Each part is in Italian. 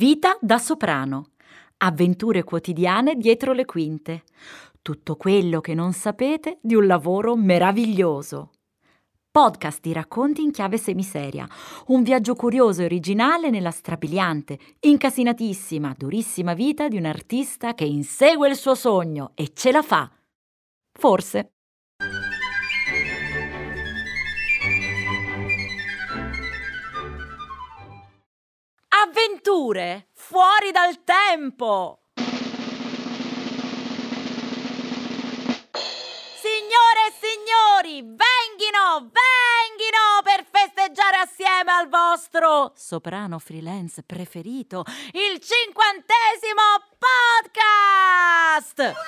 Vita da soprano. Avventure quotidiane dietro le quinte. Tutto quello che non sapete di un lavoro meraviglioso. Podcast di racconti in chiave semiseria. Un viaggio curioso e originale nella strabiliante, incasinatissima, durissima vita di un artista che insegue il suo sogno e ce la fa. Forse. Avventure fuori dal tempo! Signore e signori, venghino per festeggiare assieme al vostro soprano freelance preferito, il 50° podcast!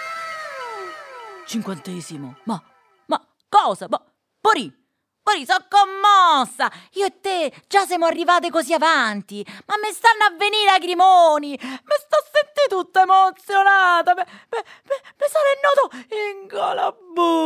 50°? Ma cosa? Pori, sono commossa! Io e te già siamo arrivate così avanti, ma mi stanno a venire lacrimoni! Mi sto a sentire tutta emozionata! Mi sarei noto in gola!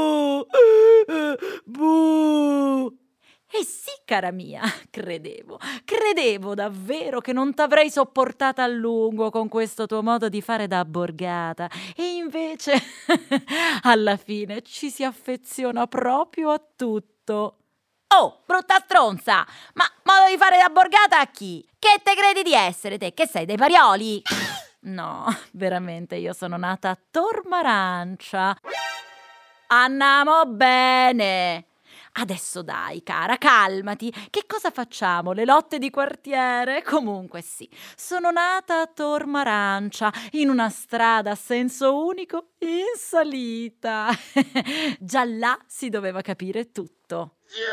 Buh! Eh sì, cara mia, credevo davvero che non t'avrei sopportata a lungo con questo tuo modo di fare da borgata, e invece alla fine ci si affeziona proprio a tutto. Oh, brutta stronza! Ma modo di fare da borgata a chi? Che te credi di essere te? Che sei, dei Parioli? No, veramente io sono nata a Tormarancia. Andiamo bene! Adesso dai, cara, calmati. Che cosa facciamo? Le lotte di quartiere? Comunque sì, sono nata a Tormarancia, in una strada a senso unico in salita. Già là si doveva capire tutto.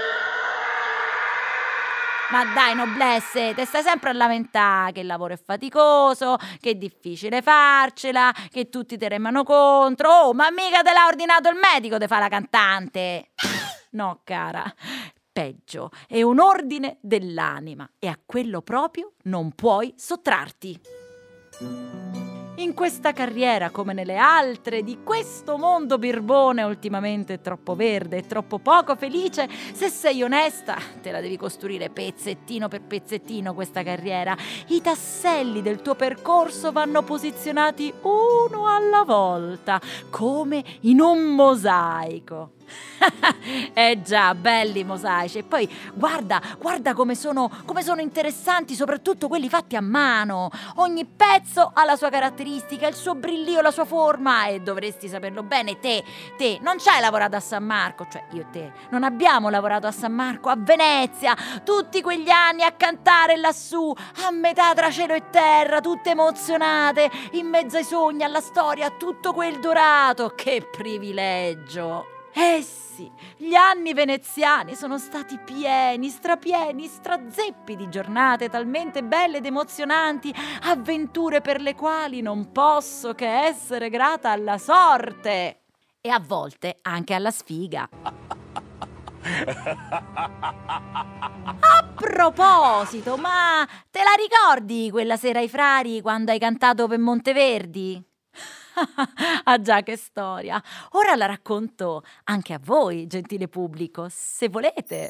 Ma dai, noblesse, te stai sempre a lamentare che il lavoro è faticoso, che è difficile farcela, che tutti te remano contro. Oh, ma mica te l'ha ordinato il medico di fare la cantante. No, cara, peggio, è un ordine dell'anima e a quello proprio non puoi sottrarti. In questa carriera, come nelle altre di questo mondo birbone ultimamente troppo verde e troppo poco felice, se sei onesta, te la devi costruire pezzettino per pezzettino questa carriera. I tasselli del tuo percorso vanno posizionati uno alla volta, come in un mosaico. Già, belli mosaici. E poi guarda come sono interessanti, soprattutto quelli fatti a mano. Ogni pezzo ha la sua caratteristica, il suo brillio, la sua forma, e dovresti saperlo bene. Te non ci hai lavorato a San Marco, cioè io e te non abbiamo lavorato a San Marco, a Venezia, tutti quegli anni a cantare lassù, a metà tra cielo e terra, tutte emozionate, in mezzo ai sogni, alla storia, tutto quel dorato. Che privilegio! Eh sì, gli anni veneziani sono stati pieni, strazeppi di giornate talmente belle ed emozionanti, avventure per le quali non posso che essere grata alla sorte e a volte anche alla sfiga. A proposito, ma te la ricordi quella sera ai Frari quando hai cantato per Monteverdi? Ah già, che storia! Ora la racconto anche a voi, gentile pubblico, se volete.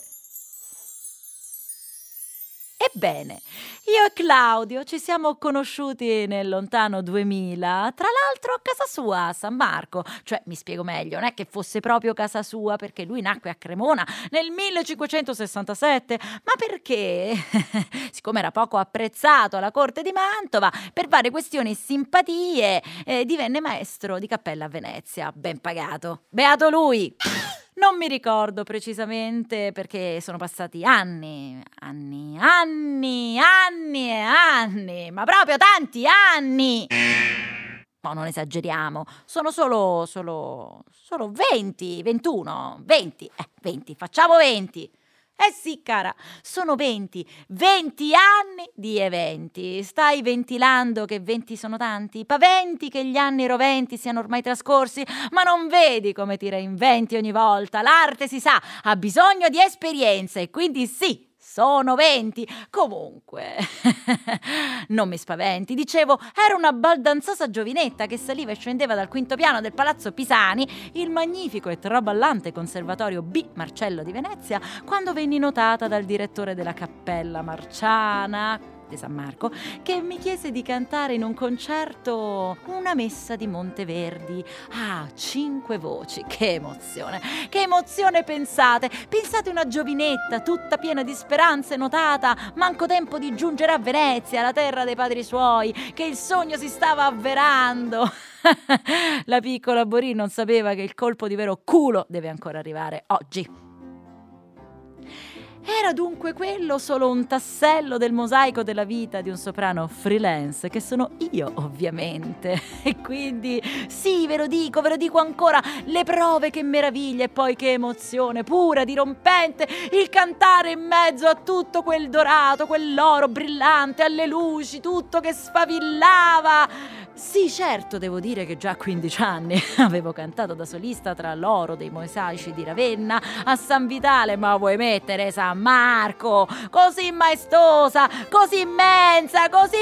Ebbene, io e Claudio ci siamo conosciuti nel lontano 2000, tra l'altro a casa sua, a San Marco. Cioè, mi spiego meglio, non è che fosse proprio casa sua, perché lui nacque a Cremona nel 1567, ma perché, siccome era poco apprezzato alla corte di Mantova, per varie questioni e simpatie, divenne maestro di cappella a Venezia, ben pagato. Beato lui! Non mi ricordo precisamente perché sono passati anni, ma proprio tanti anni! Ma non esageriamo, sono solo 20, 21, 20, 20, facciamo 20! Eh sì, cara, sono 20 anni di eventi. Stai ventilando che 20 sono tanti? Paventi che gli anni roventi siano ormai trascorsi, ma non vedi come ti reinventi ogni volta? L'arte, si sa, ha bisogno di esperienze, e quindi sì, sono 20. Comunque, non mi spaventi. Dicevo, era una baldanzosa giovinetta che saliva e scendeva dal quinto piano del Palazzo Pisani, il magnifico e traballante conservatorio B. Marcello di Venezia, quando venni notata dal direttore della Cappella Marciana. di San Marco, che mi chiese di cantare in un concerto una messa di Monteverdi a 5 voci. Che emozione, pensate una giovinetta tutta piena di speranze, notata, manco tempo di giungere a Venezia, la terra dei padri suoi, che il sogno si stava avverando. La piccola Borin non sapeva che il colpo di vero culo deve ancora arrivare oggi. Era dunque quello solo un tassello del mosaico della vita di un soprano freelance, che sono io, ovviamente. E quindi, sì, ve lo dico ancora, le prove, che meraviglia, e poi che emozione pura, dirompente, il cantare in mezzo a tutto quel dorato, quell'oro brillante, alle luci, tutto che sfavillava. Sì, certo, devo dire che già a 15 anni avevo cantato da solista tra l'oro dei mosaici di Ravenna a San Vitale, ma vuoi mettere San Marco, così maestosa, così immensa, così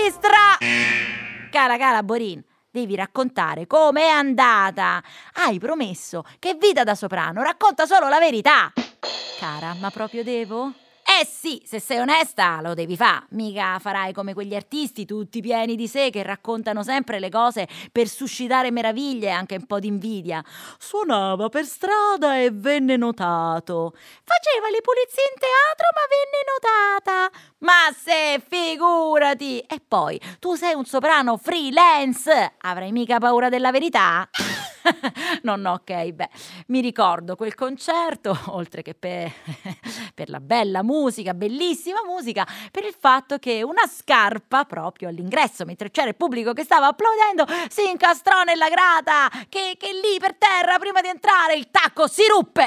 Cara Borin, devi raccontare com'è andata. Hai promesso che vita da soprano racconta solo la verità. Cara, ma proprio devo? Eh sì, se sei onesta lo devi fare, mica farai come quegli artisti tutti pieni di sé che raccontano sempre le cose per suscitare meraviglie e anche un po' di invidia. Suonava per strada e venne notato. Faceva le pulizie in teatro ma venne notata. Ma se, figurati! E poi, tu sei un soprano freelance, avrai mica paura della verità? No, ok, mi ricordo quel concerto, oltre che per la bella musica, bellissima musica, per il fatto che una scarpa, proprio all'ingresso, mentre c'era il pubblico che stava applaudendo, si incastrò nella grata, che lì per terra, prima di entrare, il tacco si ruppe.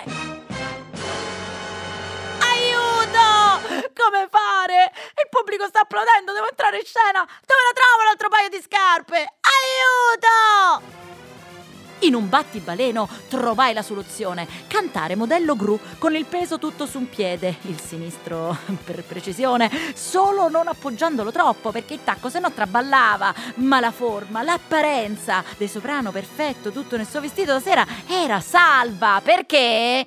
Aiuto! Come fare? Il pubblico sta applaudendo, devo entrare in scena, dove la trovo l'altro paio di scarpe? Aiuto! In un battibaleno trovai la soluzione: cantare modello gru con il peso tutto su un piede, il sinistro per precisione, solo non appoggiandolo troppo perché il tacco se no traballava, ma la forma, l'apparenza del soprano perfetto tutto nel suo vestito da sera era salva, perché...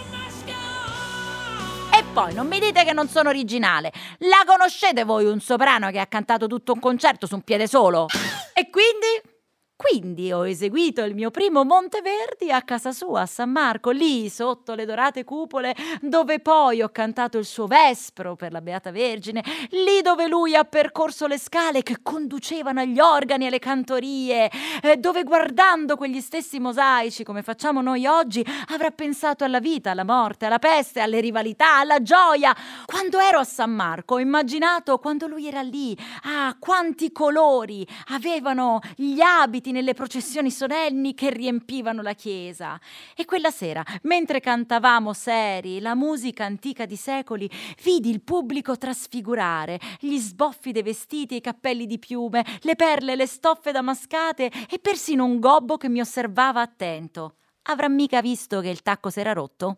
E poi non mi dite che non sono originale. La conoscete voi un soprano che ha cantato tutto un concerto su un piede solo? E quindi ho eseguito il mio primo Monteverdi a casa sua, a San Marco, lì sotto le dorate cupole, dove poi ho cantato il suo Vespro per la Beata Vergine, lì dove lui ha percorso le scale che conducevano agli organi e alle cantorie, dove guardando quegli stessi mosaici, come facciamo noi oggi, avrà pensato alla vita, alla morte, alla peste, alle rivalità, alla gioia. Quando ero a San Marco ho immaginato quando lui era lì, quanti colori avevano gli abiti nelle processioni solenni che riempivano la chiesa. E quella sera, mentre cantavamo seri la musica antica di secoli, vidi il pubblico trasfigurare, gli sboffi dei vestiti e i cappelli di piume, le perle, le stoffe damascate e persino un gobbo che mi osservava attento. Avrà mica visto che il tacco s'era rotto?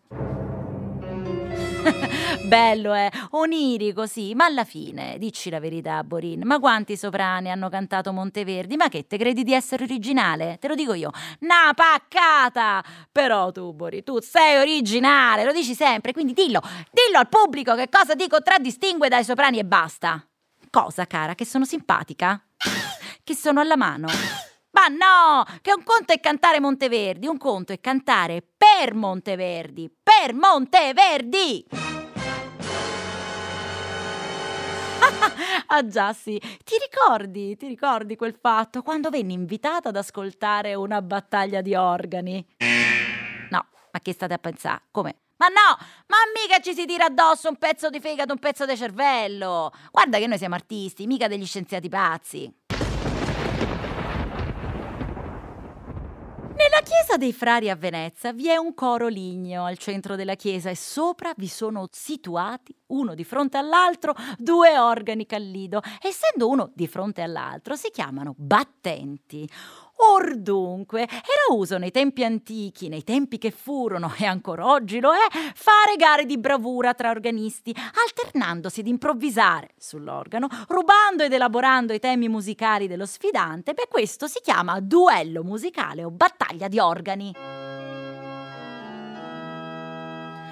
Bello, onirico, sì, ma alla fine, dici la verità, Borin, ma quanti soprani hanno cantato Monteverdi? Ma che, te credi di essere originale? Te lo dico io, una paccata! Però tu, Borin, tu sei originale, lo dici sempre, quindi dillo al pubblico che cosa ti contraddistingue dai soprani e basta. Cosa, cara, che sono simpatica? Che sono alla mano? Ma no, che un conto è cantare Monteverdi, un conto è cantare per Monteverdi, per Monteverdi! Ah già sì, ti ricordi quel fatto quando venni invitata ad ascoltare una battaglia di organi? No, ma che state a pensare? Come? Ma no, ma mica ci si tira addosso un pezzo di fegato, un pezzo di cervello! Guarda che noi siamo artisti, mica degli scienziati pazzi! Nella chiesa dei Frari a Venezia vi è un coro ligneo al centro della chiesa e sopra vi sono situati, uno di fronte all'altro, 2 organi Callido. Essendo uno di fronte all'altro si chiamano battenti. Or dunque, era uso nei tempi antichi, nei tempi che furono, e ancora oggi lo è, fare gare di bravura tra organisti, alternandosi ad improvvisare sull'organo, rubando ed elaborando i temi musicali dello sfidante. Questo si chiama duello musicale o battaglia di organi.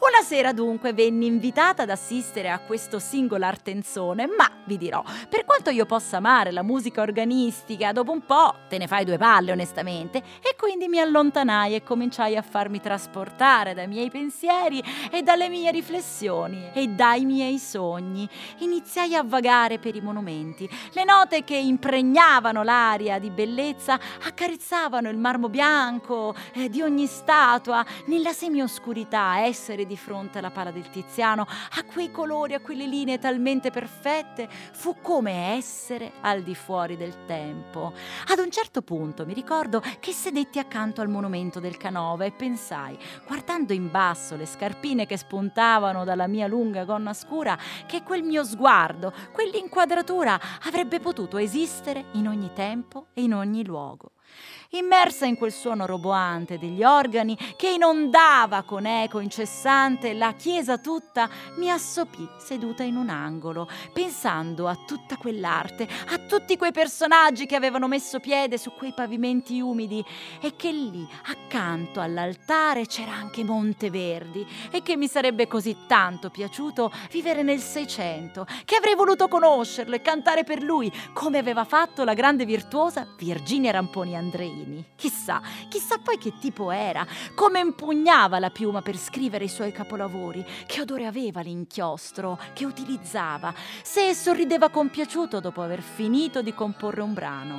Una sera dunque venni invitata ad assistere a questo singolo artenzone, ma vi dirò, per quanto io possa amare la musica organistica, dopo un po' te ne fai due palle onestamente, e quindi mi allontanai e cominciai a farmi trasportare dai miei pensieri e dalle mie riflessioni e dai miei sogni. Iniziai a vagare per i monumenti. Le note che impregnavano l'aria di bellezza accarezzavano il marmo bianco di ogni statua, nella semioscurità, essere di fronte alla pala del Tiziano, a quei colori, a quelle linee talmente perfette, fu come essere al di fuori del tempo. Ad un certo punto mi ricordo che sedetti accanto al monumento del Canova e pensai, guardando in basso le scarpine che spuntavano dalla mia lunga gonna scura, che quel mio sguardo, quell'inquadratura avrebbe potuto esistere in ogni tempo e in ogni luogo. Immersa in quel suono roboante degli organi che inondava con eco incessante la chiesa tutta, mi assopì seduta in un angolo, pensando a tutta quell'arte, a tutti quei personaggi che avevano messo piede su quei pavimenti umidi e che lì, accanto all'altare, c'era anche Monteverdi e che mi sarebbe così tanto piaciuto vivere nel Seicento, che avrei voluto conoscerlo e cantare per lui, come aveva fatto la grande virtuosa Virginia Ramponi Andreini. Chissà poi che tipo era, come impugnava la piuma per scrivere i suoi capolavori, che odore aveva l'inchiostro che utilizzava, se sorrideva compiaciuto dopo aver finito di comporre un brano.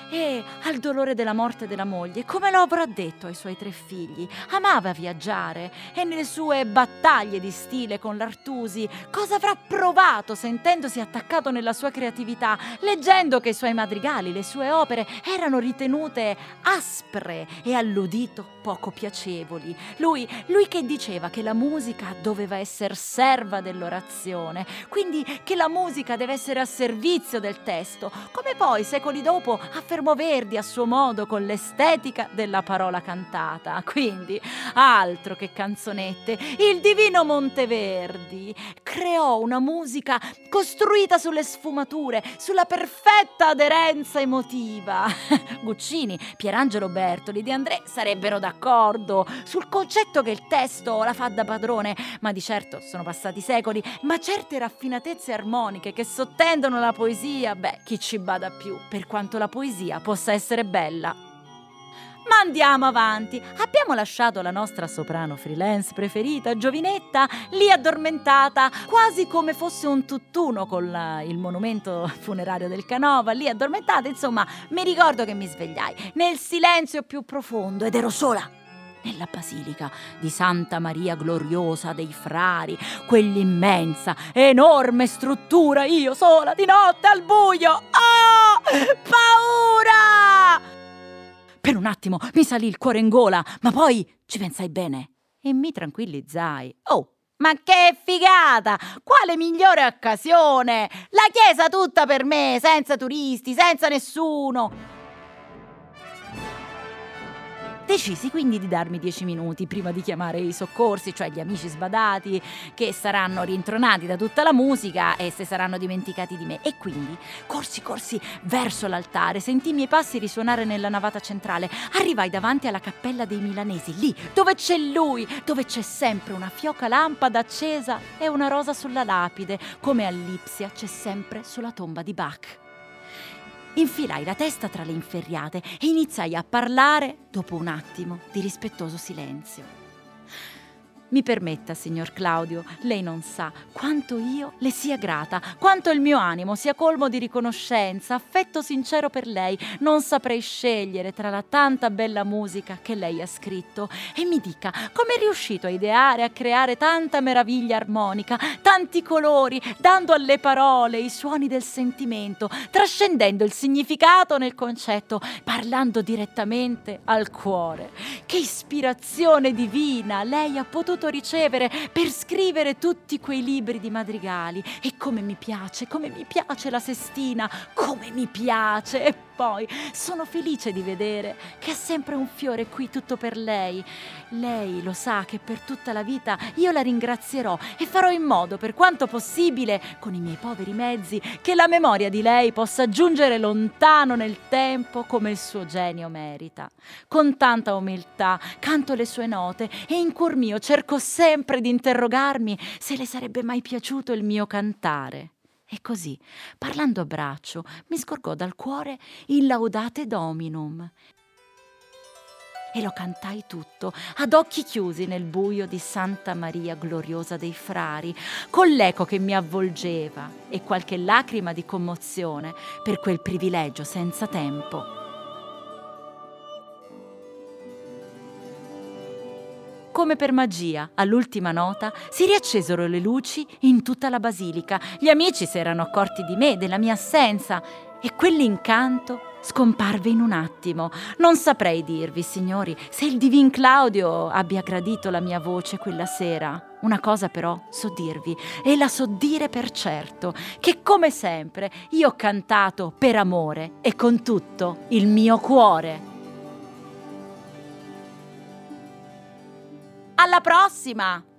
E al dolore della morte della moglie, come lo avrà detto ai suoi 3 figli, amava viaggiare e nelle sue battaglie di stile con l'Artusi, cosa avrà provato sentendosi attaccato nella sua creatività, leggendo che i suoi madrigali, le sue opere erano ritenute aspre e all'udito poco piacevoli. Lui che diceva che la musica doveva essere serva dell'orazione, quindi che la musica deve essere a servizio del testo, come poi secoli dopo affermò Verdi a suo modo con l'estetica della parola cantata. Quindi, altro che canzonette, il divino Monteverdi creò una musica costruita sulle sfumature, sulla perfetta aderenza emotiva. Guccini, Pierangelo Bertoli, De André sarebbero d'accordo sul concetto che il testo la fa da padrone, ma di certo sono passati secoli, ma certe raffinatezze armoniche che sottendono la poesia, chi ci bada più, per quanto la poesia possa essere bella. Ma andiamo avanti. Abbiamo lasciato la nostra soprano freelance preferita, Giovinetta, lì addormentata, quasi come fosse un tutt'uno con il monumento funerario del Canova, lì addormentata. Insomma, mi ricordo che mi svegliai nel silenzio più profondo ed ero sola nella basilica di Santa Maria Gloriosa dei Frari, quell'immensa, enorme struttura, io sola di notte al buio. Oh, paura! Per un attimo mi salì il cuore in gola, ma poi ci pensai bene e mi tranquillizzai. Oh, ma che figata! Quale migliore occasione! La chiesa tutta per me, senza turisti, senza nessuno. Decisi quindi di darmi 10 minuti prima di chiamare i soccorsi, cioè gli amici sbadati che saranno rintronati da tutta la musica e se saranno dimenticati di me. E quindi corsi verso l'altare, sentii i miei passi risuonare nella navata centrale. Arrivai davanti alla cappella dei Milanesi, lì dove c'è lui, dove c'è sempre una fioca lampada accesa e una rosa sulla lapide, come a Lipsia c'è sempre sulla tomba di Bach. Infilai la testa tra le inferriate e iniziai a parlare dopo un attimo di rispettoso silenzio. Mi permetta, signor Claudio, lei non sa quanto io le sia grata, quanto il mio animo sia colmo di riconoscenza, affetto sincero per lei. Non saprei scegliere tra la tanta bella musica che lei ha scritto. E mi dica, come è riuscito a ideare, a creare tanta meraviglia armonica, tanti colori, dando alle parole i suoni del sentimento, trascendendo il significato nel concetto, parlando direttamente al cuore. Che ispirazione divina lei ha potuto ricevere per scrivere tutti quei libri di madrigali. E come mi piace la Sestina, come mi piace! E poi sono felice di vedere che è sempre un fiore qui tutto per lei. Lei lo sa che per tutta la vita io la ringrazierò e farò in modo, per quanto possibile, con i miei poveri mezzi, che la memoria di lei possa giungere lontano nel tempo come il suo genio merita. Con tanta umiltà canto le sue note e in cuor mio cerco sempre di interrogarmi se le sarebbe mai piaciuto il mio cantare. E così, parlando a braccio, mi scorgò dal cuore il Laudate Dominum e lo cantai tutto, ad occhi chiusi nel buio di Santa Maria Gloriosa dei Frari, con l'eco che mi avvolgeva e qualche lacrima di commozione per quel privilegio senza tempo. Come per magia, all'ultima nota, si riaccesero le luci in tutta la basilica. Gli amici si erano accorti di me, della mia assenza, e quell'incanto scomparve in un attimo. Non saprei dirvi, signori, se il divin Claudio abbia gradito la mia voce quella sera. Una cosa però so dirvi, e la so dire per certo, che come sempre io ho cantato per amore e con tutto il mio cuore. Alla prossima!